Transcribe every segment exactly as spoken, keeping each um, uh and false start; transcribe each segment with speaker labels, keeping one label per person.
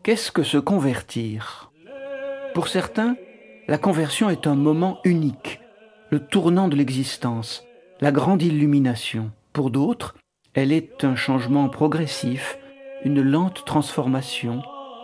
Speaker 1: Qu'est-ce que se convertir ? Pour certains, la conversion est un moment unique, le tournant de l'existence, la grande illumination. Pour d'autres, elle est un changement progressif, une lente transformation,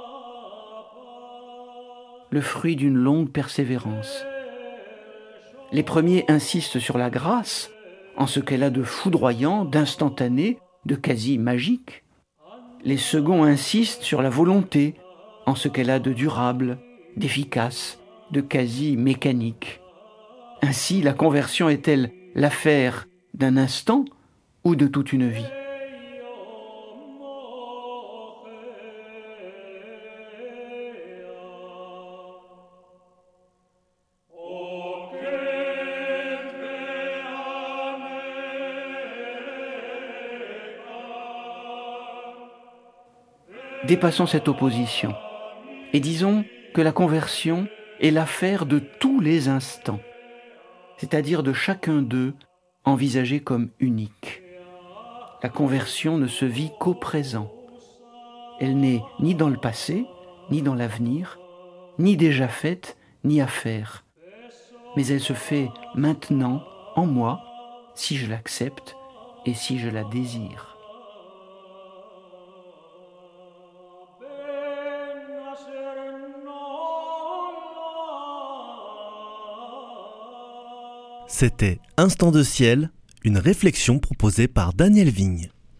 Speaker 1: le fruit d'une longue persévérance. Les premiers insistent sur la grâce, en ce qu'elle a de foudroyant, d'instantané, de quasi magique. Les seconds insistent sur la volonté, en ce qu'elle a de durable, d'efficace, de quasi mécanique. Ainsi, la conversion est-elle l'affaire d'un instant ou de toute une vie ? Dépassons cette opposition et disons que la conversion est l'affaire de tous les instants, c'est-à-dire de chacun d'eux envisagé comme unique. La conversion ne se vit qu'au présent. Elle n'est ni dans le passé, ni dans l'avenir, ni déjà faite, ni à faire. Mais elle se fait maintenant, en moi, si je l'accepte et si je la désire.
Speaker 2: C'était Instant de ciel, une réflexion proposée par Daniel Vigne.